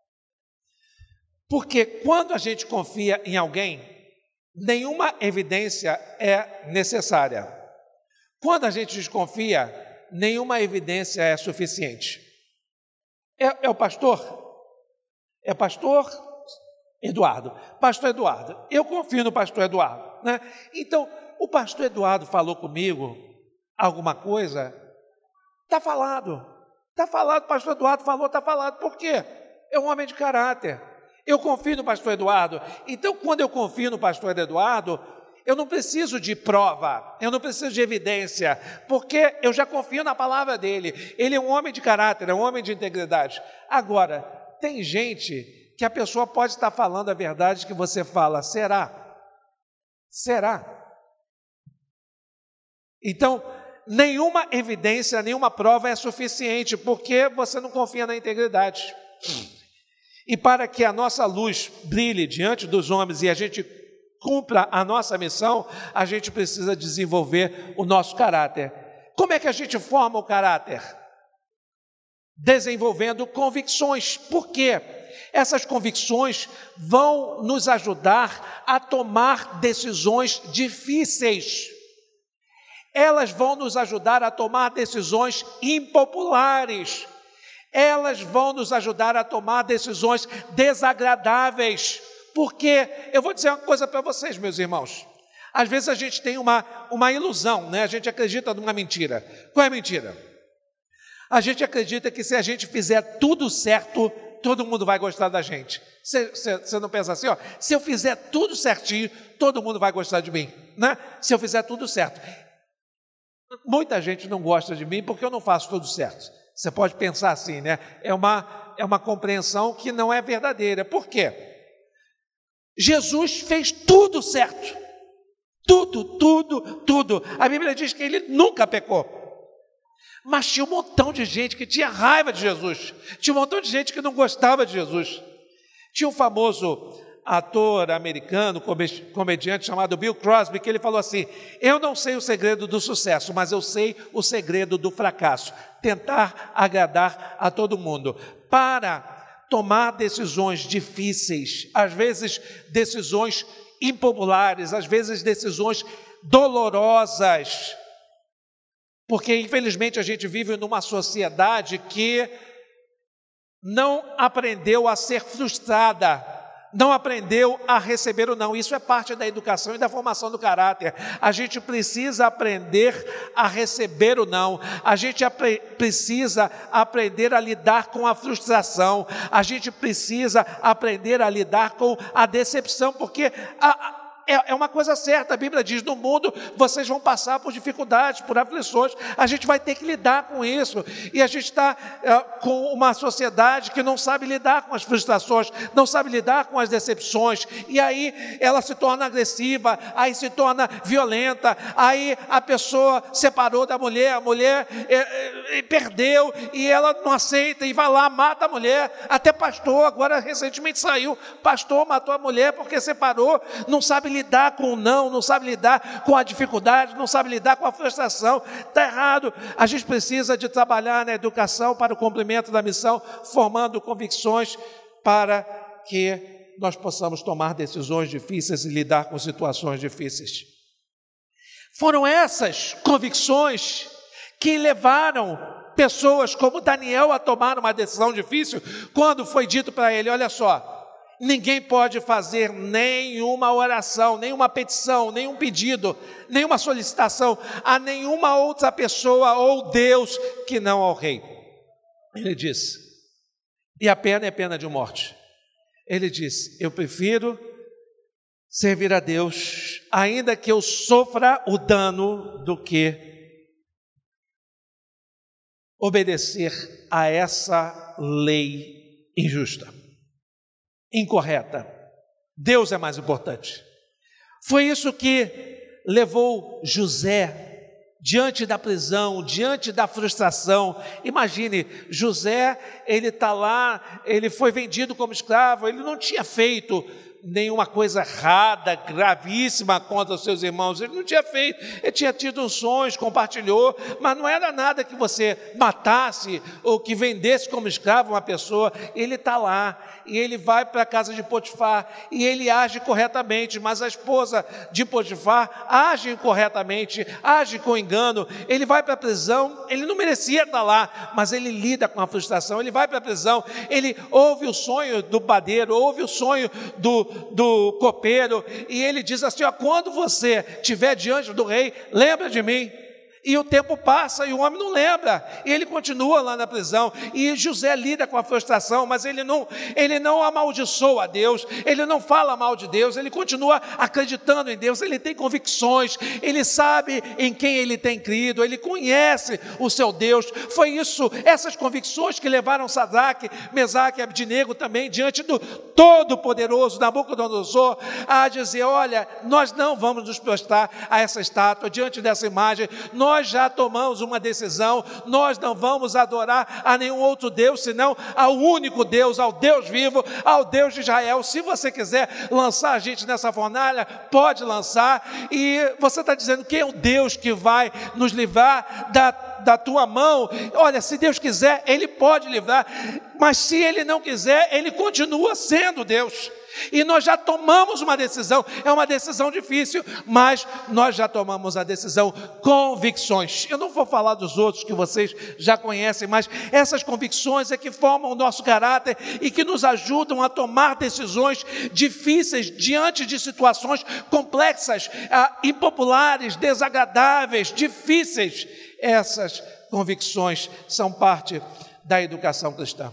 Porque quando a gente confia em alguém, nenhuma evidência é necessária. Quando a gente desconfia, nenhuma evidência é suficiente. É, é o pastor? É o pastor Eduardo. Pastor Eduardo, eu confio no pastor Eduardo, né? Então, o pastor Eduardo falou comigo alguma coisa, está falado. Está falado, o pastor Eduardo falou, está falado. Por quê? É um homem de caráter. Eu confio no pastor Eduardo. Então, quando eu confio no pastor Eduardo, eu não preciso de prova, eu não preciso de evidência, porque eu já confio na palavra dele. Ele é um homem de caráter, é um homem de integridade. Agora, tem gente que a pessoa pode estar falando a verdade que você fala, será? Será? Então, nenhuma evidência, nenhuma prova é suficiente, porque você não confia na integridade. E para que a nossa luz brilhe diante dos homens e a gente cumpra a nossa missão, a gente precisa desenvolver o nosso caráter. Como é que a gente forma o caráter? Desenvolvendo convicções. Por quê? Essas convicções vão nos ajudar a tomar decisões difíceis. Elas vão nos ajudar a tomar decisões impopulares. Elas vão nos ajudar a tomar decisões desagradáveis. Porque, eu vou dizer uma coisa para vocês, meus irmãos, às vezes a gente tem uma, uma ilusão, né? A gente acredita numa mentira. Qual é a mentira? A gente acredita que se a gente fizer tudo certo, todo mundo vai gostar da gente. Você, você, você não pensa assim, ó, se eu fizer tudo certinho, todo mundo vai gostar de mim, né? Se eu fizer tudo certo. Muita gente não gosta de mim porque eu não faço tudo certo. Você pode pensar assim, né? É uma, é uma compreensão que não é verdadeira. Por quê? Jesus fez tudo certo, tudo, tudo, tudo. A Bíblia diz que ele nunca pecou, mas tinha um montão de gente que tinha raiva de Jesus, tinha um montão de gente que não gostava de Jesus. Tinha um famoso ator americano, comediante chamado Bill Crosby, que ele falou assim, eu não sei o segredo do sucesso, mas eu sei o segredo do fracasso, tentar agradar a todo mundo. Para tomar decisões difíceis, às vezes decisões impopulares, às vezes decisões dolorosas, porque infelizmente a gente vive numa sociedade que não aprendeu a ser frustrada, não aprendeu a receber o não. Isso é parte da educação e da formação do caráter. A gente precisa aprender a receber o não. A gente apre- precisa aprender a lidar com a frustração. A gente precisa aprender a lidar com a decepção, porque a, a, é, é uma coisa certa, a Bíblia diz, no mundo vocês vão passar por dificuldades, por aflições, a gente vai ter que lidar com isso, e a gente está é, com uma sociedade que não sabe lidar com as frustrações, não sabe lidar com as decepções, e aí ela se torna agressiva, aí se torna violenta, aí a pessoa separou da mulher, a mulher é, é, perdeu, e ela não aceita, e vai lá, mata a mulher, até pastor, agora recentemente saiu, pastor matou a mulher porque separou, não sabe lidar com o não, não sabe lidar com a dificuldade, não sabe lidar com a frustração, está errado. A gente precisa de trabalhar na educação para o cumprimento da missão, formando convicções para que nós possamos tomar decisões difíceis e lidar com situações difíceis. Foram essas convicções que levaram pessoas como Daniel a tomar uma decisão difícil, quando foi dito para ele, olha só, ninguém pode fazer nenhuma oração, nenhuma petição, nenhum pedido, nenhuma solicitação a nenhuma outra pessoa ou Deus que não ao rei. Ele disse, e a pena é pena de morte. Ele disse, eu prefiro servir a Deus, ainda que eu sofra o dano, do que obedecer a essa lei injusta, incorreta. Deus é mais importante. Foi isso que levou José diante da prisão, diante da frustração. Imagine, José, ele está lá, ele foi vendido como escravo, ele não tinha feito nenhuma coisa errada, gravíssima contra os seus irmãos, ele não tinha feito, ele tinha tido uns sonhos, compartilhou, mas não era nada que você matasse ou que vendesse como escravo uma pessoa. Ele está lá, e ele vai para a casa de Potifar, e ele age corretamente, mas a esposa de Potifar age incorretamente, age com engano, ele vai para a prisão, ele não merecia estar lá, mas ele lida com a frustração, ele vai para a prisão, ele ouve o sonho do padeiro, ouve o sonho do do copeiro, e ele diz assim, ó, quando você estiver diante do rei, lembra de mim. E o tempo passa e o homem não lembra, e ele continua lá na prisão, e José lida com a frustração, mas ele não, ele não amaldiçoa a Deus, ele não fala mal de Deus, ele continua acreditando em Deus, ele tem convicções, ele sabe em quem ele tem crido, ele conhece o seu Deus. Foi isso, essas convicções que levaram Sadraque, Mesaque e Abdinego também diante do Todo-Poderoso Nabucodonosor a dizer, olha, nós não vamos nos prostrar a essa estátua, diante dessa imagem, nós Nós já tomamos uma decisão, nós não vamos adorar a nenhum outro Deus, senão ao único Deus, ao Deus vivo, ao Deus de Israel. Se você quiser lançar a gente nessa fornalha, pode lançar, e você está dizendo, quem é o Deus que vai nos livrar da, da tua mão? Olha, se Deus quiser, Ele pode livrar, mas se Ele não quiser, Ele continua sendo Deus. E nós já tomamos uma decisão, é uma decisão difícil, mas nós já tomamos a decisão, convicções. Eu não vou falar dos outros que vocês já conhecem, mas essas convicções é que formam o nosso caráter e que nos ajudam a tomar decisões difíceis diante de situações complexas, ah, impopulares, desagradáveis, difíceis. Essas convicções são parte da educação cristã.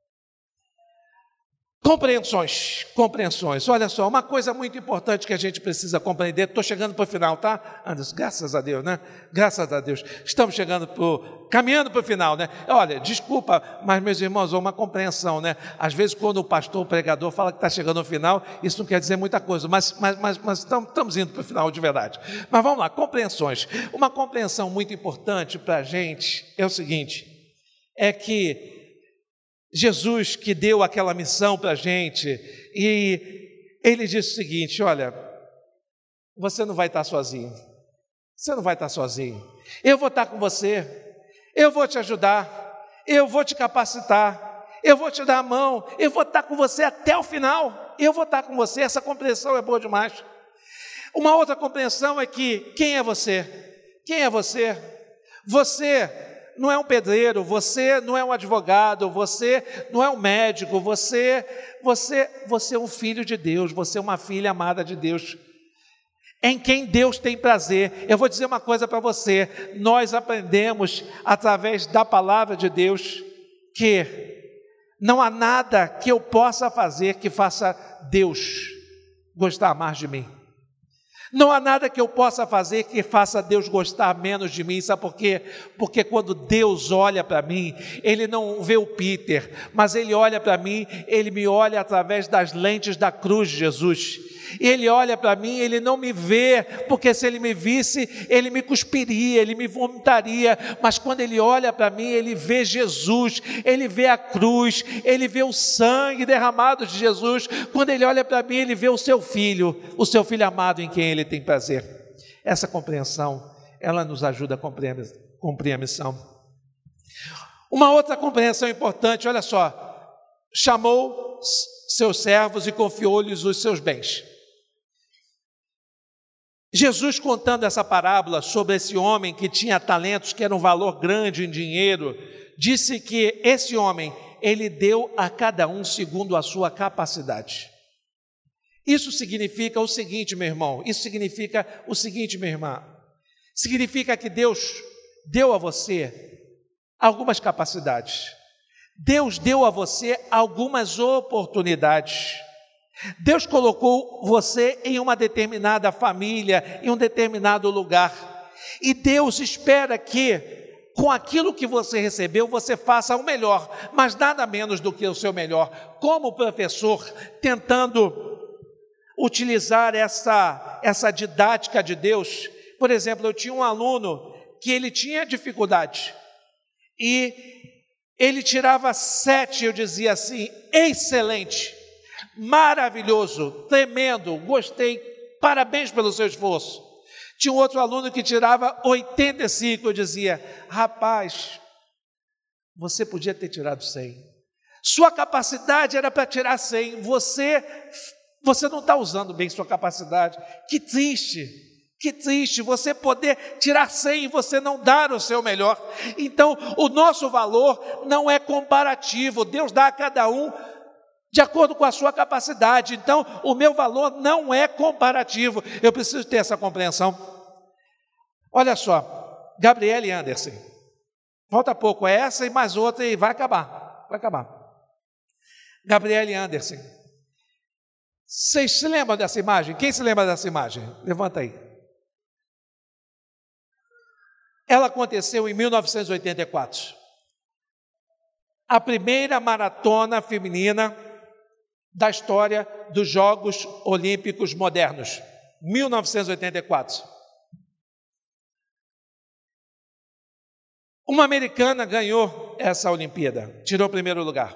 Compreensões, compreensões. Olha só, uma coisa muito importante que a gente precisa compreender. Estou chegando para o final, tá, Anderson? Graças a Deus, né? Graças a Deus. Estamos chegando pro, caminhando para o final, né? Olha, desculpa, mas meus irmãos, uma compreensão, né? Às vezes, quando o pastor, o pregador, fala que está chegando ao final, isso não quer dizer muita coisa, mas, mas, mas, mas estamos, estamos indo para o final de verdade. Mas vamos lá, compreensões. Uma compreensão muito importante para a gente é o seguinte: é que Jesus, que deu aquela missão para a gente, e Ele disse o seguinte, olha, você não vai estar sozinho, você não vai estar sozinho, eu vou estar com você, eu vou te ajudar, eu vou te capacitar, eu vou te dar a mão, eu vou estar com você até o final, eu vou estar com você. Essa compreensão é boa demais. Uma outra compreensão é que, quem é você? Quem é você? Você não é um pedreiro, você não é um advogado, você não é um médico, você, você, você é um filho de Deus, você é uma filha amada de Deus, em quem Deus tem prazer. Eu vou dizer uma coisa para você, nós aprendemos através da palavra de Deus que não há nada que eu possa fazer que faça Deus gostar mais de mim. Não há nada que eu possa fazer que faça Deus gostar menos de mim, sabe por quê? Porque quando Deus olha para mim, Ele não vê o Peter, mas Ele olha para mim, Ele me olha através das lentes da cruz de Jesus. Ele olha para mim, Ele não me vê, porque se Ele me visse, Ele me cuspiria, Ele me vomitaria, mas quando Ele olha para mim, Ele vê Jesus, Ele vê a cruz, Ele vê o sangue derramado de Jesus. Quando Ele olha para mim, Ele vê o seu filho, o seu filho amado em quem Ele tem prazer. Essa compreensão, ela nos ajuda a cumprir a missão. Uma outra compreensão importante, olha só, chamou seus servos e confiou-lhes os seus bens. Jesus, contando essa parábola sobre esse homem que tinha talentos que eram um valor grande em dinheiro, disse que esse homem, ele deu a cada um segundo a sua capacidade. Isso significa o seguinte, meu irmão, isso significa o seguinte, minha irmã, significa que Deus deu a você algumas capacidades, Deus deu a você algumas oportunidades, Deus colocou você em uma determinada família, em um determinado lugar, e Deus espera que, com aquilo que você recebeu, você faça o melhor, mas nada menos do que o seu melhor. Como professor, tentando utilizar essa, essa didática de Deus, por exemplo, eu tinha um aluno que ele tinha dificuldade, e ele tirava sete, eu dizia assim, excelente, maravilhoso, tremendo, gostei, parabéns pelo seu esforço. Tinha um outro aluno que tirava oitenta e cinco, eu dizia, rapaz, você podia ter tirado cem, sua capacidade era para tirar cem, você, você não está usando bem sua capacidade, que triste, que triste, você poder tirar cem e você não dar o seu melhor. Então, o nosso valor não é comparativo, Deus dá a cada um de acordo com a sua capacidade. Então, o meu valor não é comparativo. Eu preciso ter essa compreensão. Olha só, Gabriele Anderson. Falta pouco, é essa e mais outra e vai acabar. Vai acabar. Gabriele Anderson. Vocês se lembram dessa imagem? Quem se lembra dessa imagem? Levanta aí. Ela aconteceu em mil novecentos e oitenta e quatro. A primeira maratona feminina da história dos Jogos Olímpicos Modernos, mil novecentos e oitenta e quatro. Uma americana ganhou essa Olimpíada, tirou o primeiro lugar.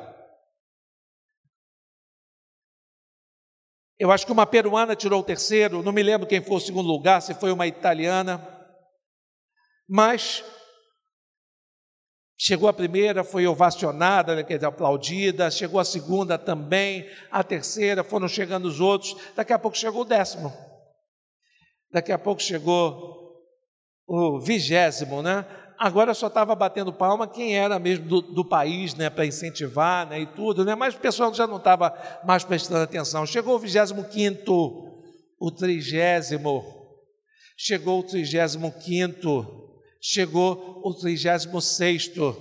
Eu acho que uma peruana tirou o terceiro, não me lembro quem foi o segundo lugar, se foi uma italiana, mas chegou a primeira, foi ovacionada, quer dizer, aplaudida, chegou a segunda também, a terceira, foram chegando os outros, daqui a pouco chegou o décimo, daqui a pouco chegou o vigésimo, né? Agora só estava batendo palma quem era mesmo do, do país, né, para incentivar, né, e tudo, né? Mas o pessoal já não estava mais prestando atenção. Chegou o vigésimo quinto, o trigésimo, chegou o trigésimo quinto, chegou o trigésimo sexto,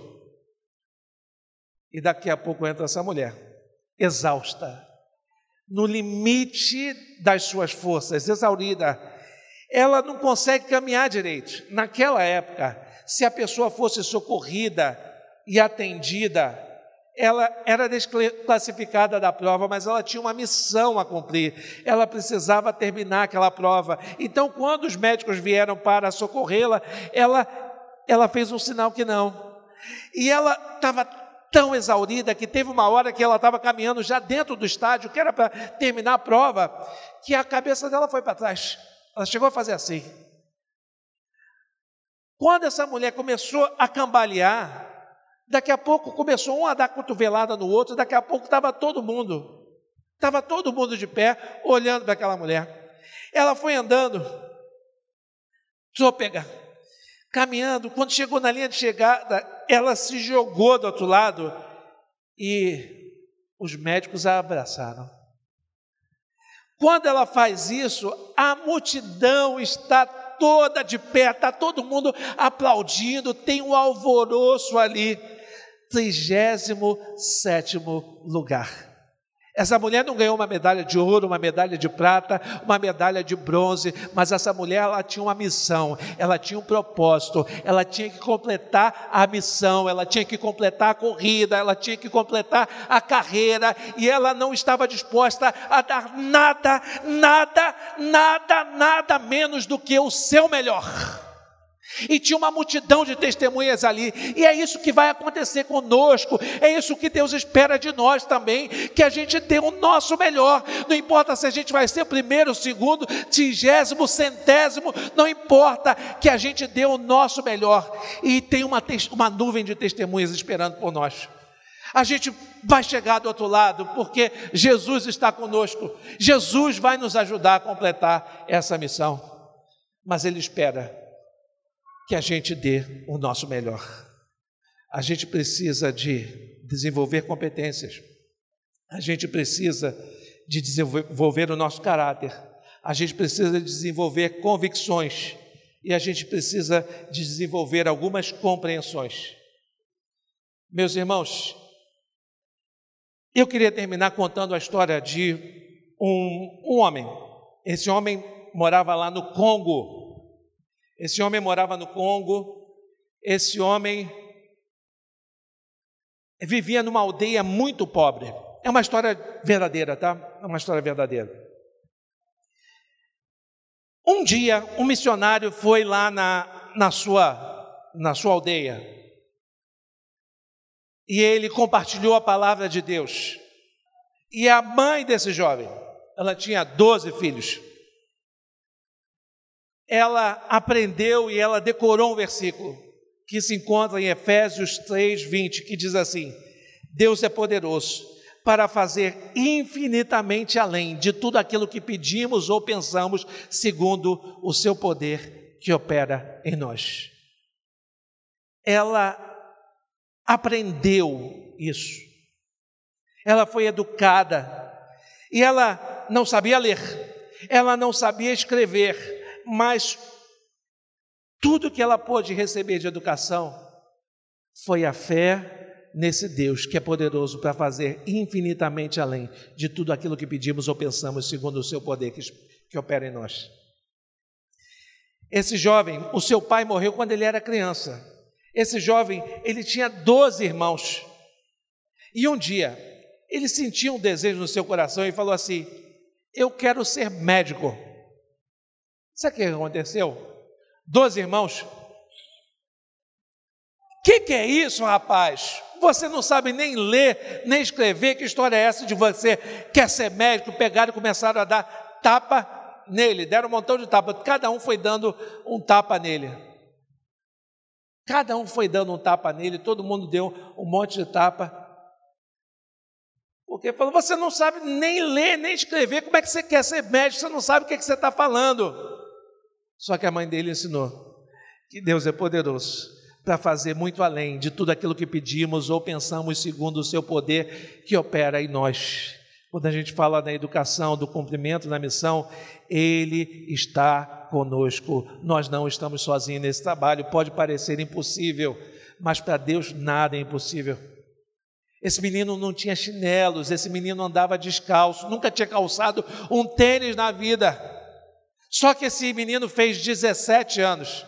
e daqui a pouco entra essa mulher, exausta, no limite das suas forças, exaurida, ela não consegue caminhar direito. Naquela época, se a pessoa fosse socorrida e atendida, ela era desclassificada da prova, mas ela tinha uma missão a cumprir, ela precisava terminar aquela prova. Então, quando os médicos vieram para socorrê-la, ela, ela fez um sinal que não, e ela estava tão exaurida que teve uma hora que ela estava caminhando já dentro do estádio, que era para terminar a prova, que a cabeça dela foi para trás, ela chegou a fazer assim. Quando essa mulher começou a cambalear, daqui a pouco começou um a dar cotovelada no outro, daqui a pouco estava todo mundo, estava todo mundo de pé, olhando para aquela mulher. Ela foi andando, trôpega, caminhando, quando chegou na linha de chegada, ela se jogou do outro lado, e os médicos a abraçaram. Quando ela faz isso, a multidão está toda de pé, está todo mundo aplaudindo, tem um alvoroço ali. Trigésimo sétimo lugar. Essa mulher não ganhou uma medalha de ouro, uma medalha de prata, uma medalha de bronze, mas essa mulher, ela tinha uma missão, ela tinha um propósito, ela tinha que completar a missão, ela tinha que completar a corrida, ela tinha que completar a carreira, e ela não estava disposta a dar nada, nada, nada, nada menos do que o seu melhor. E tinha uma multidão de testemunhas ali, e é isso que vai acontecer conosco, é isso que Deus espera de nós também, que a gente dê o nosso melhor, não importa se a gente vai ser primeiro, segundo, trigésimo, centésimo, não importa, que a gente dê o nosso melhor, e tem uma, uma nuvem de testemunhas esperando por nós. A gente vai chegar do outro lado, porque Jesus está conosco, Jesus vai nos ajudar a completar essa missão, mas Ele espera que a gente dê o nosso melhor. A gente precisa de desenvolver competências, a gente precisa de desenvolver o nosso caráter, a gente precisa de desenvolver convicções e a gente precisa de desenvolver algumas compreensões. Meus irmãos, eu queria terminar contando a história de um, um homem. Esse homem morava lá no Congo. Esse homem morava no Congo, esse homem vivia numa aldeia muito pobre. É uma história verdadeira, tá? É uma história verdadeira. Um dia, um missionário foi lá na, na, sua, na sua aldeia e ele compartilhou a palavra de Deus. E a mãe desse jovem, ela tinha doze filhos. Ela aprendeu e ela decorou um versículo que se encontra em Efésios três, vinte, que diz assim: Deus é poderoso para fazer infinitamente além de tudo aquilo que pedimos ou pensamos, segundo o seu poder que opera em nós. Ela aprendeu isso, ela foi educada, e ela não sabia ler, ela não sabia escrever, mas tudo que ela pôde receber de educação foi a fé nesse Deus que é poderoso para fazer infinitamente além de tudo aquilo que pedimos ou pensamos, segundo o seu poder que, que opera em nós. Esse jovem, o seu pai morreu quando ele era criança. Esse jovem, ele tinha doze irmãos. E um dia, ele sentiu um desejo no seu coração e falou assim: eu quero ser médico. Sabe o que aconteceu? Doze irmãos. O que, que é isso, rapaz? Você não sabe nem ler, nem escrever. Que história é essa de você quer ser médico? Pegaram e começaram a dar tapa nele. Deram um montão de tapa. Cada um foi dando um tapa nele. Cada um foi dando um tapa nele. Todo mundo deu um monte de tapa. Porque falou: você não sabe nem ler, nem escrever. Como é que você quer ser médico? Você não sabe o que, é que você está falando. Só que a mãe dele ensinou que Deus é poderoso para fazer muito além de tudo aquilo que pedimos ou pensamos, segundo o seu poder que opera em nós. Quando a gente fala da educação, do cumprimento da missão, Ele está conosco. Nós não estamos sozinhos nesse trabalho. Pode parecer impossível, mas para Deus nada é impossível. Esse menino não tinha chinelos, esse menino andava descalço, nunca tinha calçado um tênis na vida. Só que esse menino fez dezessete anos.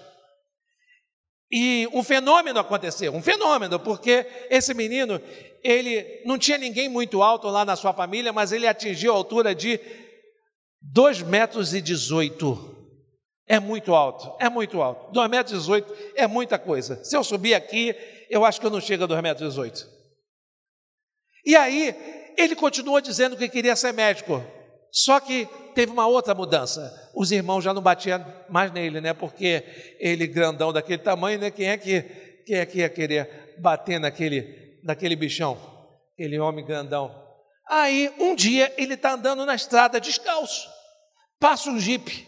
E um fenômeno aconteceu, um fenômeno, porque esse menino, ele não tinha ninguém muito alto lá na sua família, mas ele atingiu a altura de dois metros e dezoito. É muito alto, é muito alto. dois metros e dezoito é muita coisa. Se eu subir aqui, eu acho que eu não chego a dois metros e dezoito. E aí, ele continuou dizendo que queria ser médico. Só que teve uma outra mudança. Os irmãos já não batiam mais nele, né? Porque ele grandão daquele tamanho, né? Quem é que, quem é que ia querer bater naquele, naquele bichão? Aquele homem grandão. Aí, um dia, ele está andando na estrada descalço. Passa um jipe.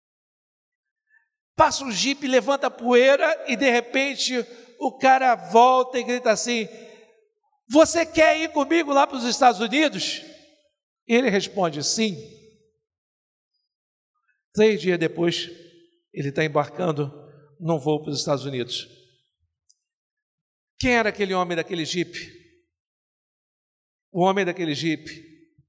Passa um jipe, levanta a poeira e, de repente, o cara volta e grita assim: você quer ir comigo lá para os Estados Unidos? Ele responde: sim. Três dias depois, ele está embarcando num voo para os Estados Unidos. Quem era aquele homem daquele jipe? O homem daquele jipe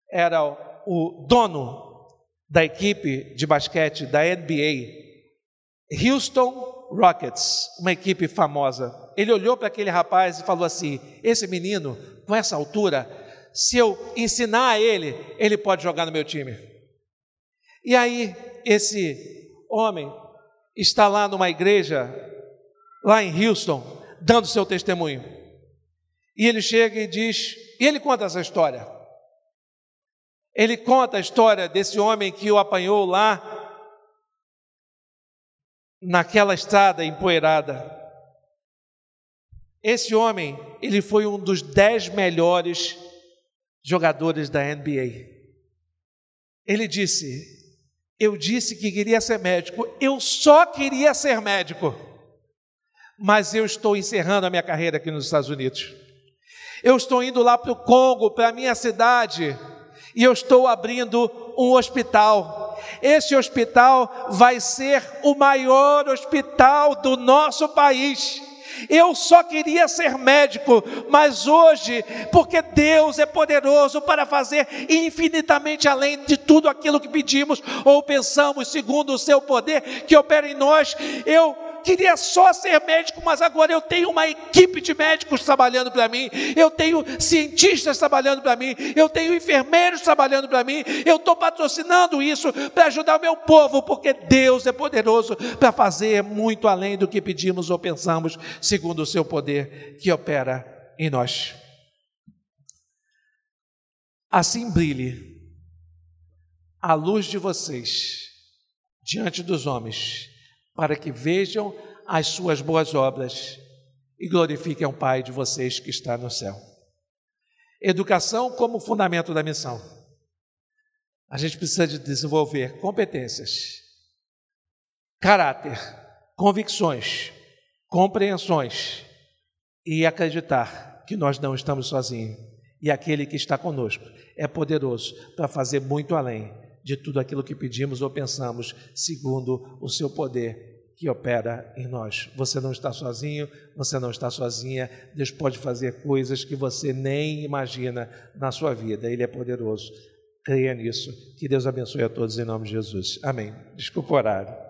era o dono da equipe de basquete da N B A, Houston Rockets, uma equipe famosa. Ele olhou para aquele rapaz e falou assim: esse menino, com essa altura, se eu ensinar a ele, ele pode jogar no meu time. E aí, esse homem está lá numa igreja, lá em Houston, dando seu testemunho. E ele chega e diz, e ele conta essa história. Ele conta a história desse homem que o apanhou lá, naquela estrada empoeirada. Esse homem, ele foi um dos dez melhores jogadores da N B A. Ele disse, eu disse que queria ser médico, eu só queria ser médico, mas eu estou encerrando a minha carreira aqui nos Estados Unidos. Eu estou indo lá para o Congo, para a minha cidade, e eu estou abrindo um hospital. Esse hospital vai ser o maior hospital do nosso país. Eu só queria ser médico, mas hoje, porque Deus é poderoso para fazer infinitamente além de tudo aquilo que pedimos ou pensamos, segundo o seu poder que opera em nós, eu queria só ser médico, mas agora eu tenho uma equipe de médicos trabalhando para mim, eu tenho cientistas trabalhando para mim, eu tenho enfermeiros trabalhando para mim, eu estou patrocinando isso para ajudar o meu povo, porque Deus é poderoso para fazer muito além do que pedimos ou pensamos, segundo o seu poder que opera em nós. Assim brilhe a luz de vocês diante dos homens, para que vejam as suas boas obras e glorifiquem ao Pai de vocês que está no céu. Educação como fundamento da missão. A gente precisa de desenvolver competências, caráter, convicções, compreensões e acreditar que nós não estamos sozinhos e aquele que está conosco é poderoso para fazer muito além de tudo aquilo que pedimos ou pensamos, segundo o seu poder que opera em nós. Você não está sozinho, você não está sozinha. Deus pode fazer coisas que você nem imagina na sua vida. Ele é poderoso. Creia nisso. Que Deus abençoe a todos em nome de Jesus. Amém. Desculpa o horário.